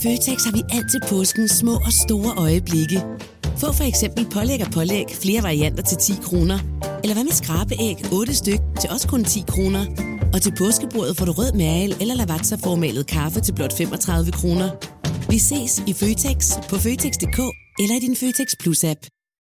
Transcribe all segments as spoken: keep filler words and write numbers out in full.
Føtex har vi altid påsken små og store øjeblikke. Få for eksempel pålæg og pålæg flere varianter til ti kroner. Eller hvad med skrabeæg otte styk til også kun ti kroner. Og til påskebordet får du rød mal eller lavatserformalet kaffe til blot femogtredive kroner. Vi ses i Føtex på Føtex punktum d k eller i din Føtex Plus-app.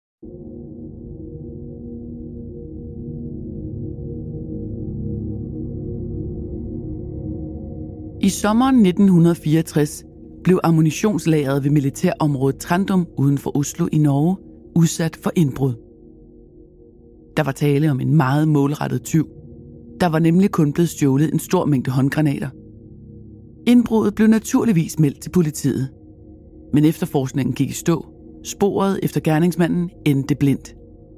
I sommeren nitten fireogtres blev ammunitionslageret ved militærområdet Trandum uden for Oslo i Norge udsat for indbrud. Der var tale om en meget målrettet tyv. Der var nemlig kun blevet stjålet en stor mængde håndgranater. Indbruddet blev naturligvis meldt til politiet. Men efterforskningen gik i stå. Sporet efter gerningsmanden endte blindt.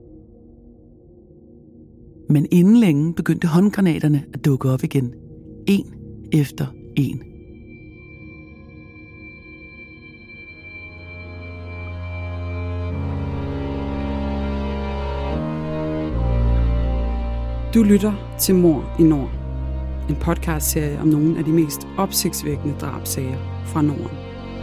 Men inden længe begyndte håndgranaterne at dukke op igen. En efter en. Du lytter til Mord i Nord. En podcastserie om nogle af de mest opsigtsvækkende drabssager fra Norden.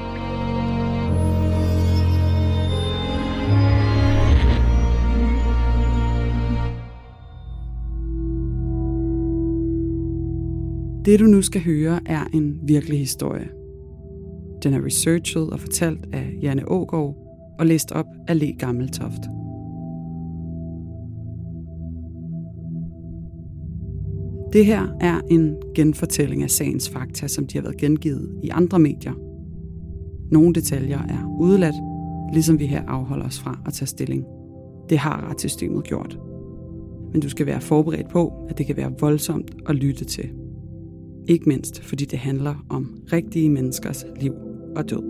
Det du nu skal høre er en virkelig historie. Den er researchet og fortalt af Janne Aagaard og læst op af Le Gammeltoft. Det her er en genfortælling af sagens fakta, som de har været gengivet i andre medier. Nogle detaljer er udeladt, ligesom vi her afholder os fra at tage stilling. Det har retssystemet gjort. Men du skal være forberedt på, at det kan være voldsomt at lytte til. Ikke mindst, fordi det handler om rigtige menneskers liv og død.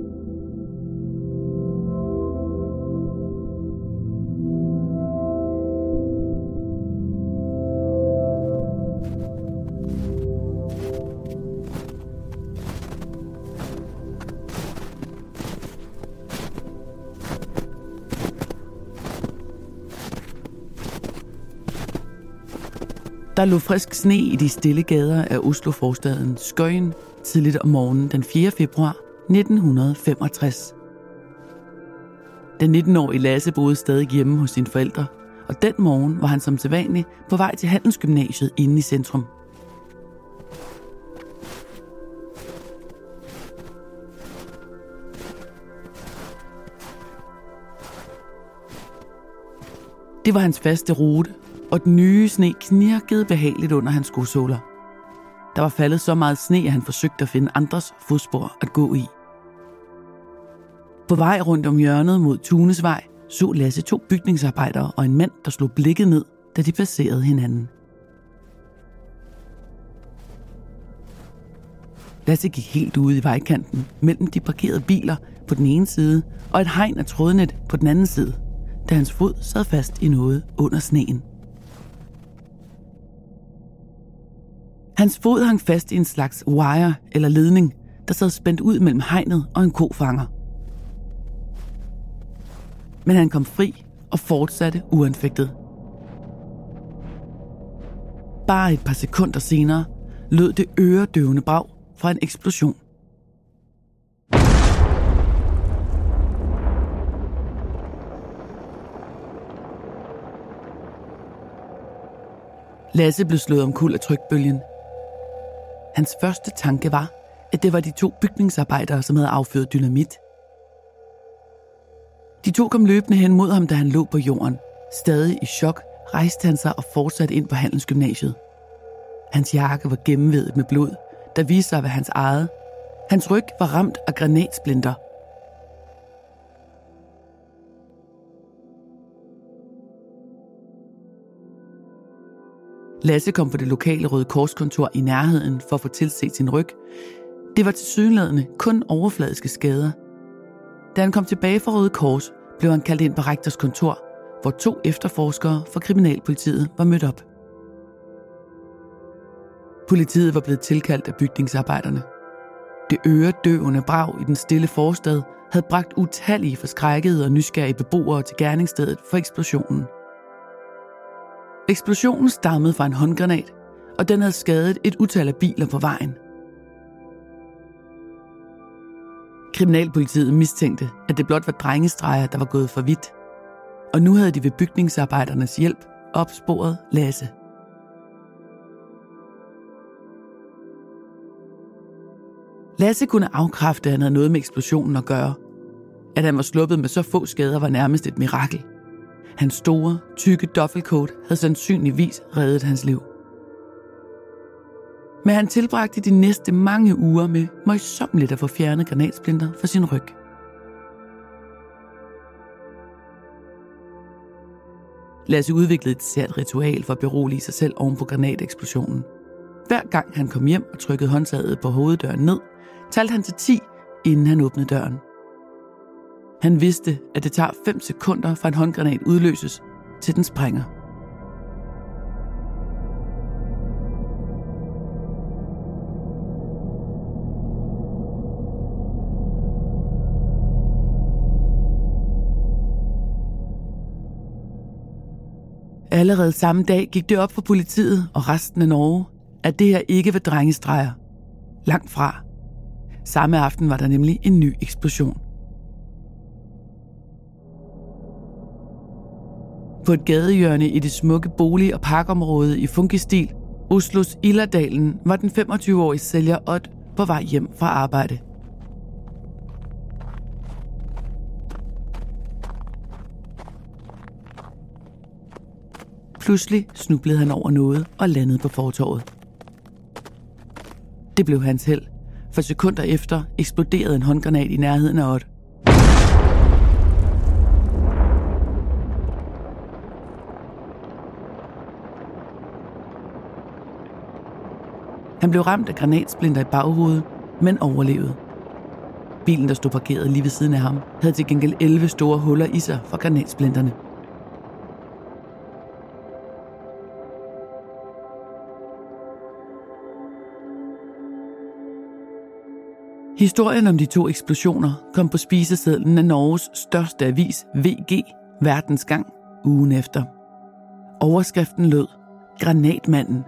Der lå frisk sne i de stille gader af Oslo-forstaden Skøyen tidligt om morgenen den fjerde februar nitten femogtres. Den nitten-årige Lasse boede stadig hjemme hos sine forældre, og den morgen var han som sædvanlig på vej til Handelsgymnasiet inde i centrum. Det var hans faste rute, og den nye sne knirkede behageligt under hans skosåler. Der var faldet så meget sne, at han forsøgte at finde andres fodspor at gå i. På vej rundt om hjørnet mod Tunesvej så Lasse to bygningsarbejdere og en mand, der slog blikket ned, da de passerede hinanden. Lasse gik helt ude i vejkanten mellem de parkerede biler på den ene side og et hegn af trådnet på den anden side, da hans fod sad fast i noget under sneen. Hans fod hang fast i en slags wire eller ledning, der sad spændt ud mellem hegnet og en kofanger. Men han kom fri og fortsatte uanfægtet. Bare et par sekunder senere lød det øredøvende brag fra en eksplosion. Lasse blev slået omkuld af trykbølgen. Hans første tanke var, at det var de to bygningsarbejdere, som havde affyret dynamit. De to kom løbende hen mod ham, da han lå på jorden. Stadig i chok rejste han sig og fortsatte ind på Handelsgymnasiet. Hans jakke var gennemvædet med blod, der viste sig at være hans eget. Hans ryg var ramt af granatsplinter. Lasse kom på det lokale Røde Kors-kontor i nærheden for at få tilset sin ryg. Det var tilsyneladende kun overfladiske skader. Da han kom tilbage fra Røde Kors, blev han kaldt ind på rektors kontor, hvor to efterforskere fra kriminalpolitiet var mødt op. Politiet var blevet tilkaldt af bygningsarbejderne. Det øredøvende brag i den stille forstad havde bragt utallige forskrækkede og nysgerrige beboere til gerningsstedet for eksplosionen. Eksplosionen stammede fra en håndgranat, og den havde skadet et utal af biler på vejen. Kriminalpolitiet mistænkte, at det blot var drengestreger, der var gået for vidt. Og nu havde de ved bygningsarbejdernes hjælp opsporet Lasse. Lasse kunne afkræfte, at han havde noget med eksplosionen at gøre. At han var sluppet med så få skader var nærmest et mirakel. Hans store, tykke duffelcoat havde sandsynligvis reddet hans liv. Men han tilbragte de næste mange uger med møjsommeligt at få fjernet granatsplinter fra sin ryg. Lasse udviklede et sært ritual for at berolige sig selv oven på granateksplosionen. Hver gang han kom hjem og trykkede håndtaget på hoveddøren ned, talte han til ti, inden han åbnede døren. Han vidste, at det tager fem sekunder fra en håndgranat udløses, til den sprænger. Allerede samme dag gik det op for politiet og resten af Norge, at det her ikke var drengestreger. Langt fra. Samme aften var der nemlig en ny eksplosion. På et gadehjørne i det smukke bolig- og parkområde i funkisstil, Oslos Ilderdalen, var den femogtyve-årige sælger Odd på vej hjem fra arbejde. Pludselig snublede han over noget og landede på fortovet. Det blev hans held, for sekunder efter eksploderede en håndgranat i nærheden af Odd. Han blev ramt af granatsplinter i baghovedet, men overlevede. Bilen, der stod parkeret lige ved siden af ham, havde til gengæld elleve store huller i sig fra granatsplinterne. Historien om de to eksplosioner kom på spisesedlen af Norges største avis, V G, Verdens Gang, ugen efter. Overskriften lød: Granatmanden.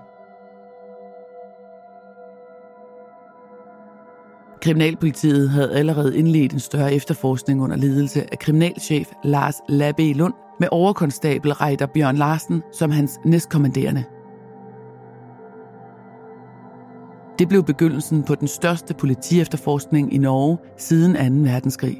Kriminalpolitiet havde allerede indledt en større efterforskning under ledelse af kriminalchef Lars Labbe Lund med overkonstabel Reiter Bjørn Larsen som hans næstkommanderende. Det blev begyndelsen på den største politiefterforskning i Norge siden anden verdenskrig.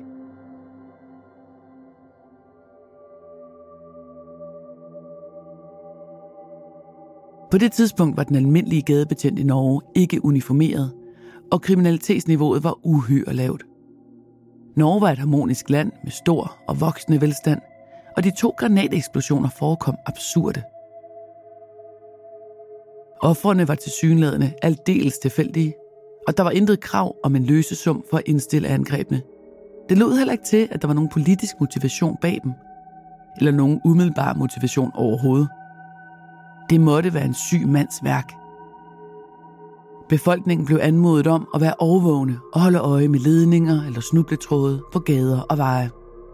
På det tidspunkt var den almindelige gadebetjent i Norge ikke uniformeret, og kriminalitetsniveauet var uhyre lavt. Norge var et harmonisk land med stor og voksende velstand, og de to granateksplosioner forekom absurde. Ofrene var tilsyneladende aldeles tilfældige, og der var intet krav om en løsesum for at indstille angrebene. Det lød heller ikke til, at der var nogen politisk motivation bag dem, eller nogen umiddelbar motivation overhovedet. Det måtte være en syg mands værk. Befolkningen blev anmodet om at være overvågne og holde øje med ledninger eller snubletråde på gader og veje.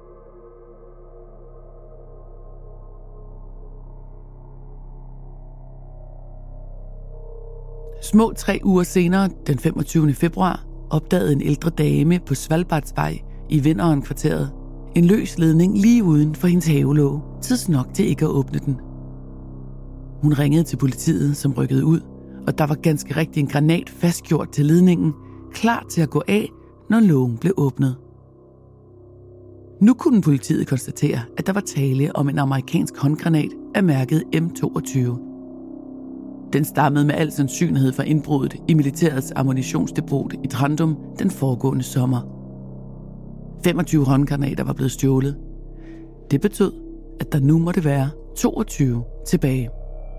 Små tre uger senere, den femogtyvende februar, opdagede en ældre dame på Svalbardsvej i Vinderen-kvarteret en løs ledning lige uden for hendes havelåge, tidsnok til ikke at åbne den. Hun ringede til politiet, som rykkede ud, og der var ganske rigtigt en granat fastgjort til ledningen, klar til at gå af, når lågen blev åbnet. Nu kunne politiet konstatere, at der var tale om en amerikansk håndgranat af mærket M toogtyve. Den stammede med al sandsynlighed fra indbruddet i militærets ammunitionsdepot i Trandum den foregående sommer. femogtyve håndgranater var blevet stjålet. Det betød, at der nu måtte være toogtyve tilbage.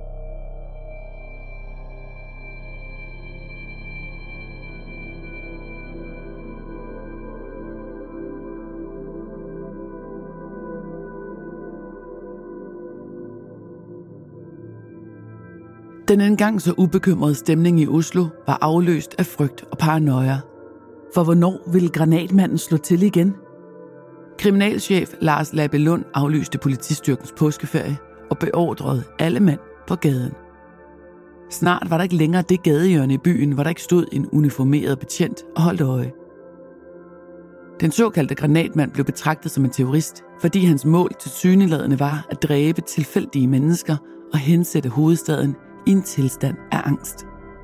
Den engang så ubekymrede stemning i Oslo var afløst af frygt og paranoia. For hvornår ville granatmanden slå til igen? Kriminalchef Lars Labbe Lund aflyste politistyrkens påskeferie og beordrede alle mænd på gaden. Snart var der ikke længere det gadehjørne i byen, hvor der ikke stod en uniformeret betjent og holdt øje. Den såkaldte granatmand blev betragtet som en terrorist, fordi hans mål tilsyneladende var at dræbe tilfældige mennesker og hensætte hovedstaden i en tilstand af angst.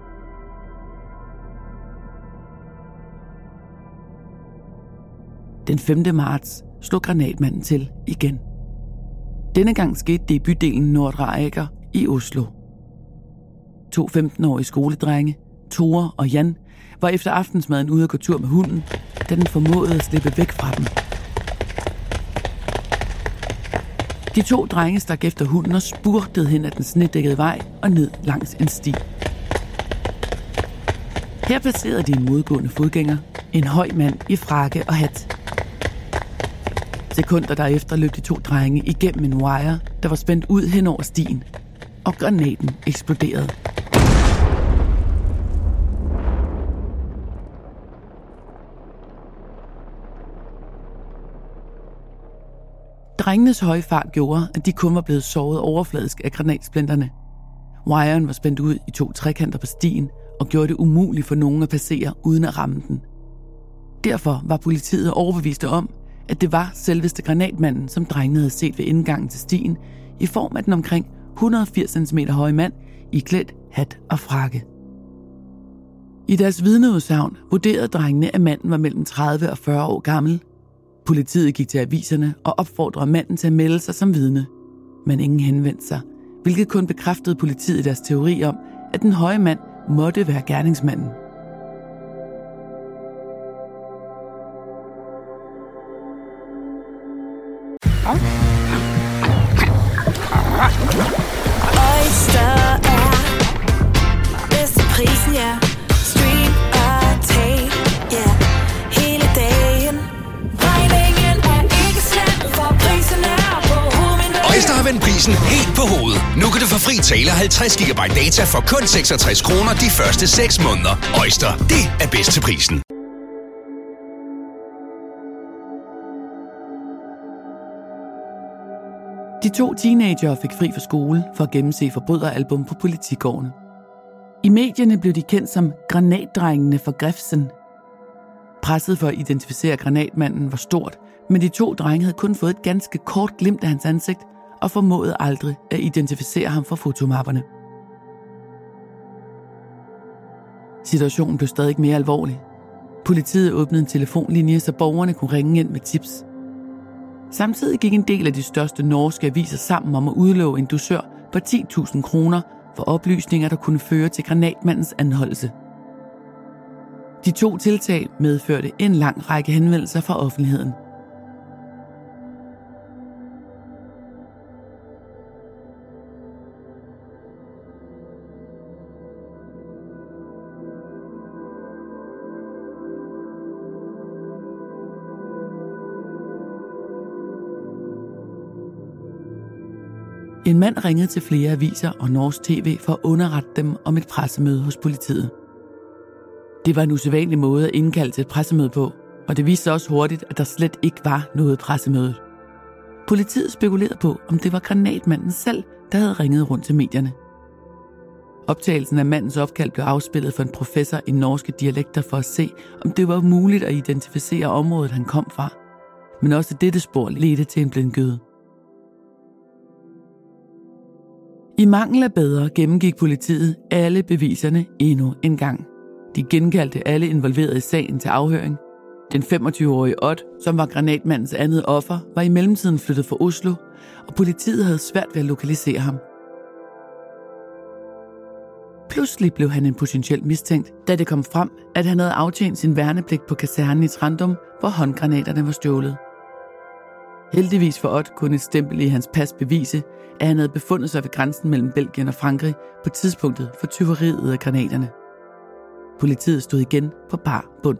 Den femte marts slog granatmanden til igen. Denne gang skete det i bydelen Nordre Aker i Oslo. To femten-årige skoledrenge, Tore og Jan, var efter aftensmaden ude at gå tur med hunden, da den formåede at slippe væk fra dem. De to drenge stak efter hunden og spurtede hen ad den snedækkede vej og ned langs en sti. Her passerede de en modgående fodgænger, en høj mand i frakke og hat. Sekunder derefter løb de to drenge igennem en wire, der var spændt ud hen over stien, og granaten eksploderede. Drengenes høje fart gjorde, at de kun var blevet såret overfladisk af granatsplinterne. Wiren var spændt ud i to trekanter på stien og gjorde det umuligt for nogen at passere uden at ramme den. Derfor var politiet overbeviste om, at det var selveste granatmanden, som drengene havde set ved indgangen til stien, i form af den omkring et hundrede og firs centimeter høje mand i klædt hat og frakke. I deres vidneudsagn vurderede drengene, at manden var mellem tredive og fyrre år gammel. Politiet gik til aviserne og opfordrede manden til at melde sig som vidne. Men ingen henvendte sig, hvilket kun bekræftede politiet i deres teori om, at den høje mand måtte være gerningsmanden. Oyster er bedst til prisen, ja. Stream og tag, ja. Hele dagen. Regningen er ikke slem, for prisen er på hovedet. Oyster har vendt prisen helt på hovedet. Nu kan du få fri tale halvtreds gigabyte data for kun seksogtres kroner de første seks måneder. Oyster, det er bedst til prisen. De to teenagere fik fri fra skole for at gennemse forbryderalbum på Politigården. I medierne blev de kendt som granatdrengene fra Grefsen. Presset for at identificere granatmanden var stort, men de to drenge havde kun fået et ganske kort glimt af hans ansigt og formåede aldrig at identificere ham fra fotomapperne. Situationen blev stadig mere alvorlig. Politiet åbnede en telefonlinje, så borgerne kunne ringe ind med tips. Samtidig gik en del af de største norske aviser sammen om at udlove en dusør på ti tusind kroner for oplysninger, der kunne føre til granatmandens anholdelse. De to tiltag medførte en lang række henvendelser fra offentligheden. En mand ringede til flere aviser og norsk tv for at underrette dem om et pressemøde hos politiet. Det var en usædvanlig måde at indkalde til et pressemøde på, og det viste sig også hurtigt, at der slet ikke var noget pressemøde. Politiet spekulerede på, om det var granatmanden selv, der havde ringet rundt til medierne. Optagelsen af mandens opkald blev afspillet for en professor i norske dialekter for at se, om det var muligt at identificere området, han kom fra. Men også dette spor ledte til en blindgyde. I mangel af bedre gennemgik politiet alle beviserne endnu en gang. De genkaldte alle involverede i sagen til afhøring. Den femogtyve-årige Odd, som var granatmandens andet offer, var i mellemtiden flyttet fra Oslo, og politiet havde svært ved at lokalisere ham. Pludselig blev han en potentiel mistænkt, da det kom frem, at han havde aftjent sin værnepligt på kasernen i Trandum, hvor håndgranaterne var stjålet. Heldigvis for Odd kunne et stempel i hans pas bevise, at han havde befundet sig ved grænsen mellem Belgien og Frankrig på tidspunktet for tyveriet af granaterne. Politiet stod igen på bar bund.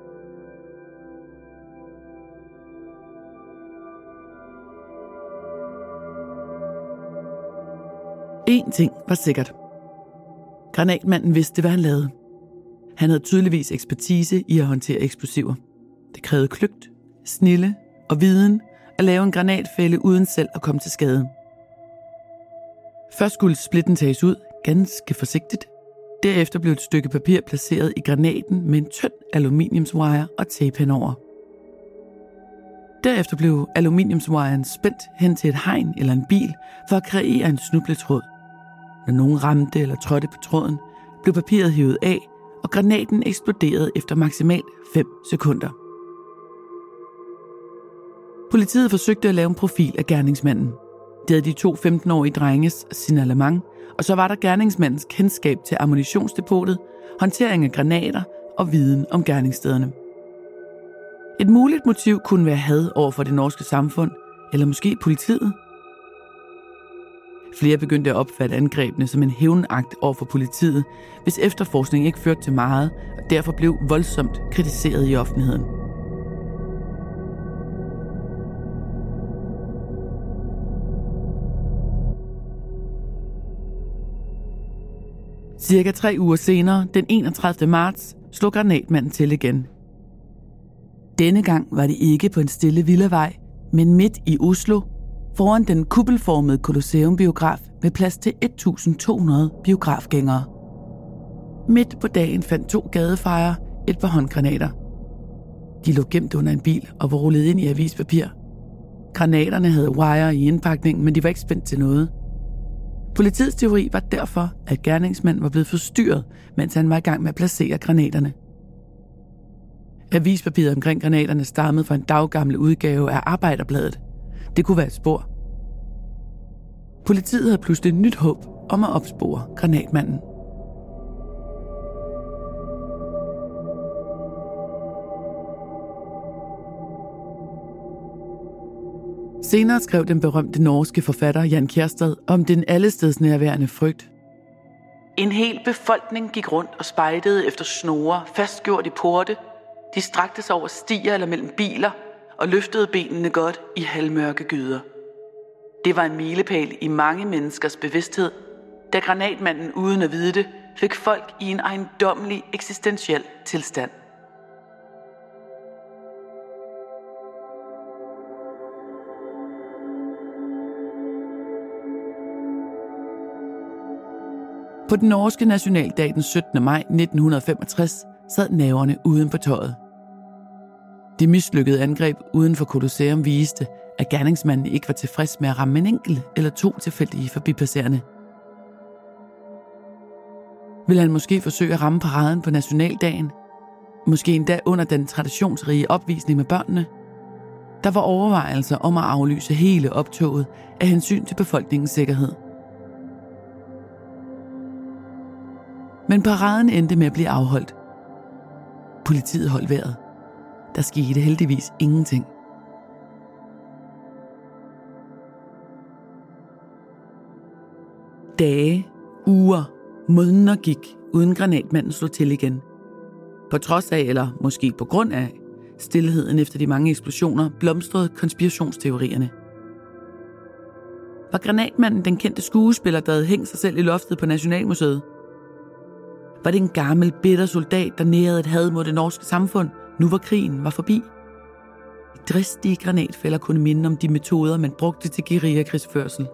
En ting var sikkert. Granatmanden vidste, hvad han lavede. Han havde tydeligvis ekspertise i at håndtere eksplosiver. Det krævede kløgt, snilde og viden at lave en granatfælde uden selv at komme til skade. Først skulle splitten tages ud, ganske forsigtigt. Derefter blev et stykke papir placeret i granaten med en tynd aluminiumswire og tape henover. Derefter blev aluminiumswiren spændt hen til et hegn eller en bil for at kreere en snubletråd. Når nogen ramte eller trådte på tråden, blev papiret hævet af, og granaten eksploderede efter maksimalt fem sekunder. Politiet forsøgte at lave en profil af gerningsmanden. Det havde de to femten-årige drenges signalement, og så var der gerningsmandens kendskab til ammunitionsdepotet, håndtering af granater og viden om gerningsstederne. Et muligt motiv kunne være had over for det norske samfund, eller måske politiet. Flere begyndte at opfatte angrebene som en hævnakt over for politiet, hvis efterforskning ikke førte til meget, og derfor blev voldsomt kritiseret i offentligheden. Cirka tre uger senere, den enogtredivte marts, slog granatmanden til igen. Denne gang var det ikke på en stille villavej, men midt i Oslo, foran den kuppelformede Colosseum-biograf med plads til et tusind to hundrede biografgængere. Midt på dagen fandt to gadefejere et par håndgranater. De lå gemt under en bil og var rullet ind i avispapir. Granaterne havde wire i indpakningen, men de var ikke spændt til noget. Politiets teori var derfor, at gerningsmanden var blevet forstyrret, mens han var i gang med at placere granaterne. Avispapiret omkring granaterne stammede fra en daggammel udgave af Arbejderbladet. Det kunne være et spor. Politiet havde pludselig nyt håb om at opspore granatmanden. Senere skrev den berømte norske forfatter Jan Kjærstad om den allestedsnærværende frygt. En hel befolkning gik rundt og spejdede efter snore, fastgjort i porte. De strakte sig over stier eller mellem biler og løftede benene godt i halvmørke gyder. Det var en milepæl i mange menneskers bevidsthed, da granatmanden uden at vide det fik folk i en ejendommelig eksistentiel tilstand. På den norske nationaldag den syttende maj nitten femogtres sad nerverne uden på tøjet. Det mislykkede angreb uden for Colosseum viste, at gerningsmanden ikke var tilfreds med at ramme en enkelt eller to tilfældige forbipasserende. Vil han måske forsøge at ramme paraden på nationaldagen? Måske endda under den traditionsrige opvisning med børnene? Der var overvejelser om at aflyse hele optoget af hensyn til befolkningens sikkerhed. Men paraden endte med at blive afholdt. Politiet holdt vejret. Der skete heldigvis ingenting. Dage, uger, måneder gik, uden granatmanden slog til igen. På trods af, eller måske på grund af, stilheden efter de mange eksplosioner, blomstrede konspirationsteorierne. Var granatmanden den kendte skuespiller, der havde hængt sig selv i loftet på Nationalmuseet? Var det en gammel, bitter soldat, der nærede et had mod det norske samfund, nu hvor krigen var forbi? De dristige granatfælder kunne minde om de metoder, man brugte til guerillakrigsførsel.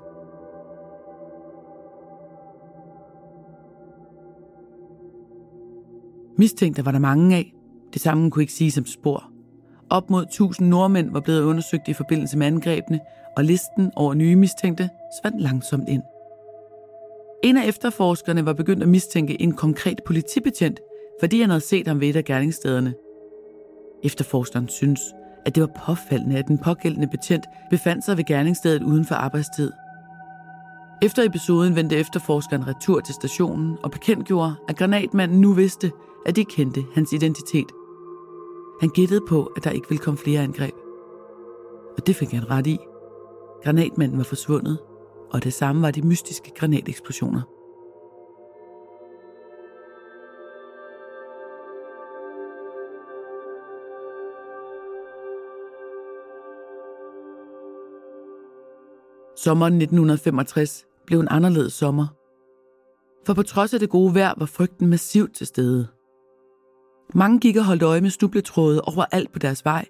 Mistænkte var der mange af. Det samme kunne ikke siges som spor. Op mod tusind nordmænd var blevet undersøgt i forbindelse med angrebene, og listen over nye mistænkte svandt langsomt ind. En af efterforskerne var begyndt at mistænke en konkret politibetjent, fordi han havde set ham ved et af gerningsstederne. Efterforskeren synes, at det var påfaldende, at den pågældende betjent befandt sig ved gerningsstedet uden for arbejdstid. Efter episoden vendte efterforskeren retur til stationen og bekendtgjorde, at granatmanden nu vidste, at de kendte hans identitet. Han gættede på, at der ikke ville komme flere angreb. Og det fik han ret i. Granatmanden var forsvundet, og det samme var de mystiske granateksplosioner. Sommeren nitten femogtres blev en anderledes sommer. For på trods af det gode vejr var frygten massivt til stede. Mange gik og holdt øje med snubletråde overalt på deres vej.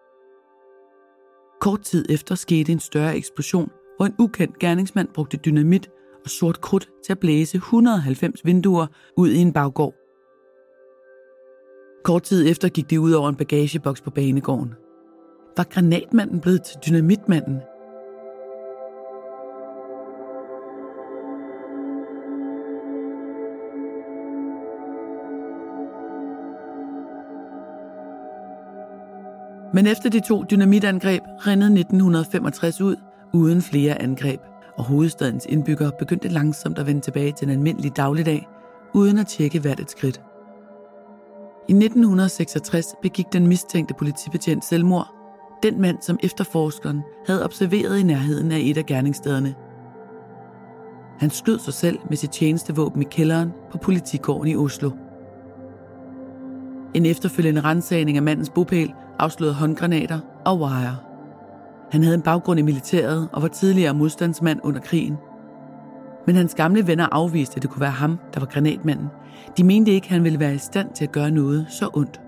Kort tid efter skete en større eksplosion, hvor en ukendt gerningsmand brugte dynamit og sort krudt til at blæse et hundrede og halvfems vinduer ud i en baggård. Kort tid efter gik det ud over en bagageboks på banegården. Var granatmanden blevet til dynamitmanden? Men efter de to dynamitangreb rindede nitten femogtres ud uden flere angreb, og hovedstadens indbyggere begyndte langsomt at vende tilbage til en almindelig dagligdag, uden at tjekke hvert et skridt. I nitten seksogtres begik den mistænkte politibetjent selvmord, den mand, som efterforskeren havde observeret i nærheden af et af gerningsstederne. Han skød sig selv med sit tjenestevåben i kælderen på politigården i Oslo. En efterfølgende ransagning af mandens bopæl afslørede håndgranater og wire. Han havde en baggrund i militæret og var tidligere modstandsmand under krigen. Men hans gamle venner afviste, at det kunne være ham, der var granatmanden. De mente ikke, at han ville være i stand til at gøre noget så ondt.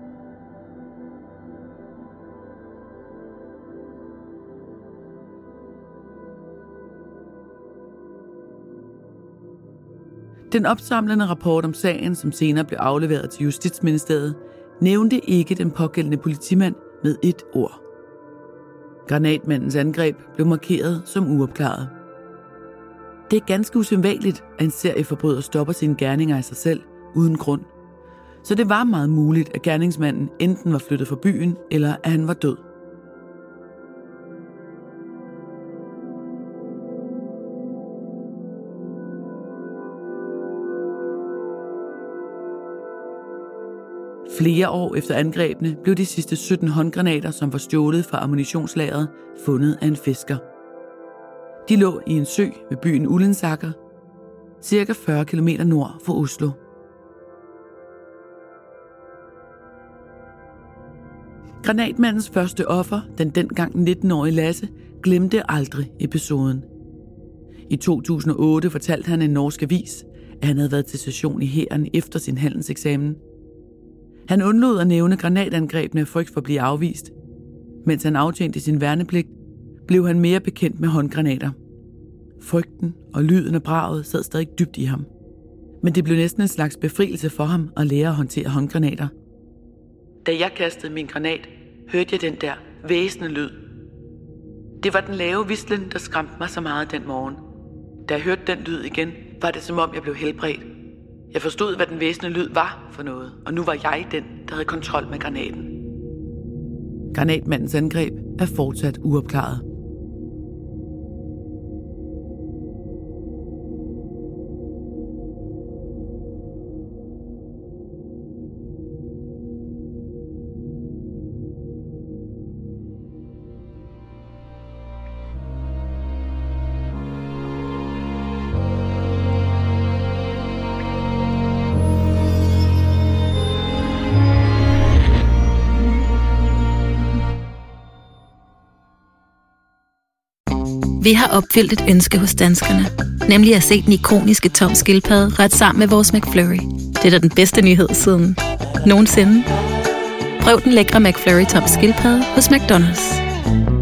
Den opsamlende rapport om sagen, som senere blev afleveret til Justitsministeriet, nævnte ikke den pågældende politimand med et ord. Granatmandens angreb blev markeret som uopklaret. Det er ganske usædvanligt, at en serieforbryder stopper sine gerninger af sig selv uden grund. Så det var meget muligt, at gerningsmanden enten var flyttet fra byen, eller at han var død. Flere år efter angrebene blev de sidste sytten håndgranater, som var stjålet fra ammunitionslageret, fundet af en fisker. De lå i en sø ved byen Ullensaker, cirka fyrre kilometer nord for Oslo. Granatmandens første offer, den dengang nitten-årige Lasse, glemte aldrig episoden. I to tusind og otte fortalte han en norsk avis, at han havde været til session i hæren efter sin handelseksamen. Han undlod at nævne granatangrebene af frygt for at blive afvist. Mens han aftjente sin værnepligt, blev han mere bekendt med håndgranater. Frygten og lyden af braget sad stadig dybt i ham. Men det blev næsten en slags befrielse for ham at lære at håndtere håndgranater. Da jeg kastede min granat, hørte jeg den der væsende lyd. Det var den lave vislen, der skræmte mig så meget den morgen. Da jeg hørte den lyd igen, var det som om jeg blev helbredt. Jeg forstod, hvad den væsende lyd var for noget, og nu var jeg den, der havde kontrol med granaten. Granatmandens angreb er fortsat uopklaret. Vi har opfyldt et ønske hos danskerne, nemlig at se den ikoniske Tom Skildpadde ret sammen med vores McFlurry. Det er da den bedste nyhed siden nogensinde. Prøv den lækre McFlurry Tom Skildpadde hos McDonald's.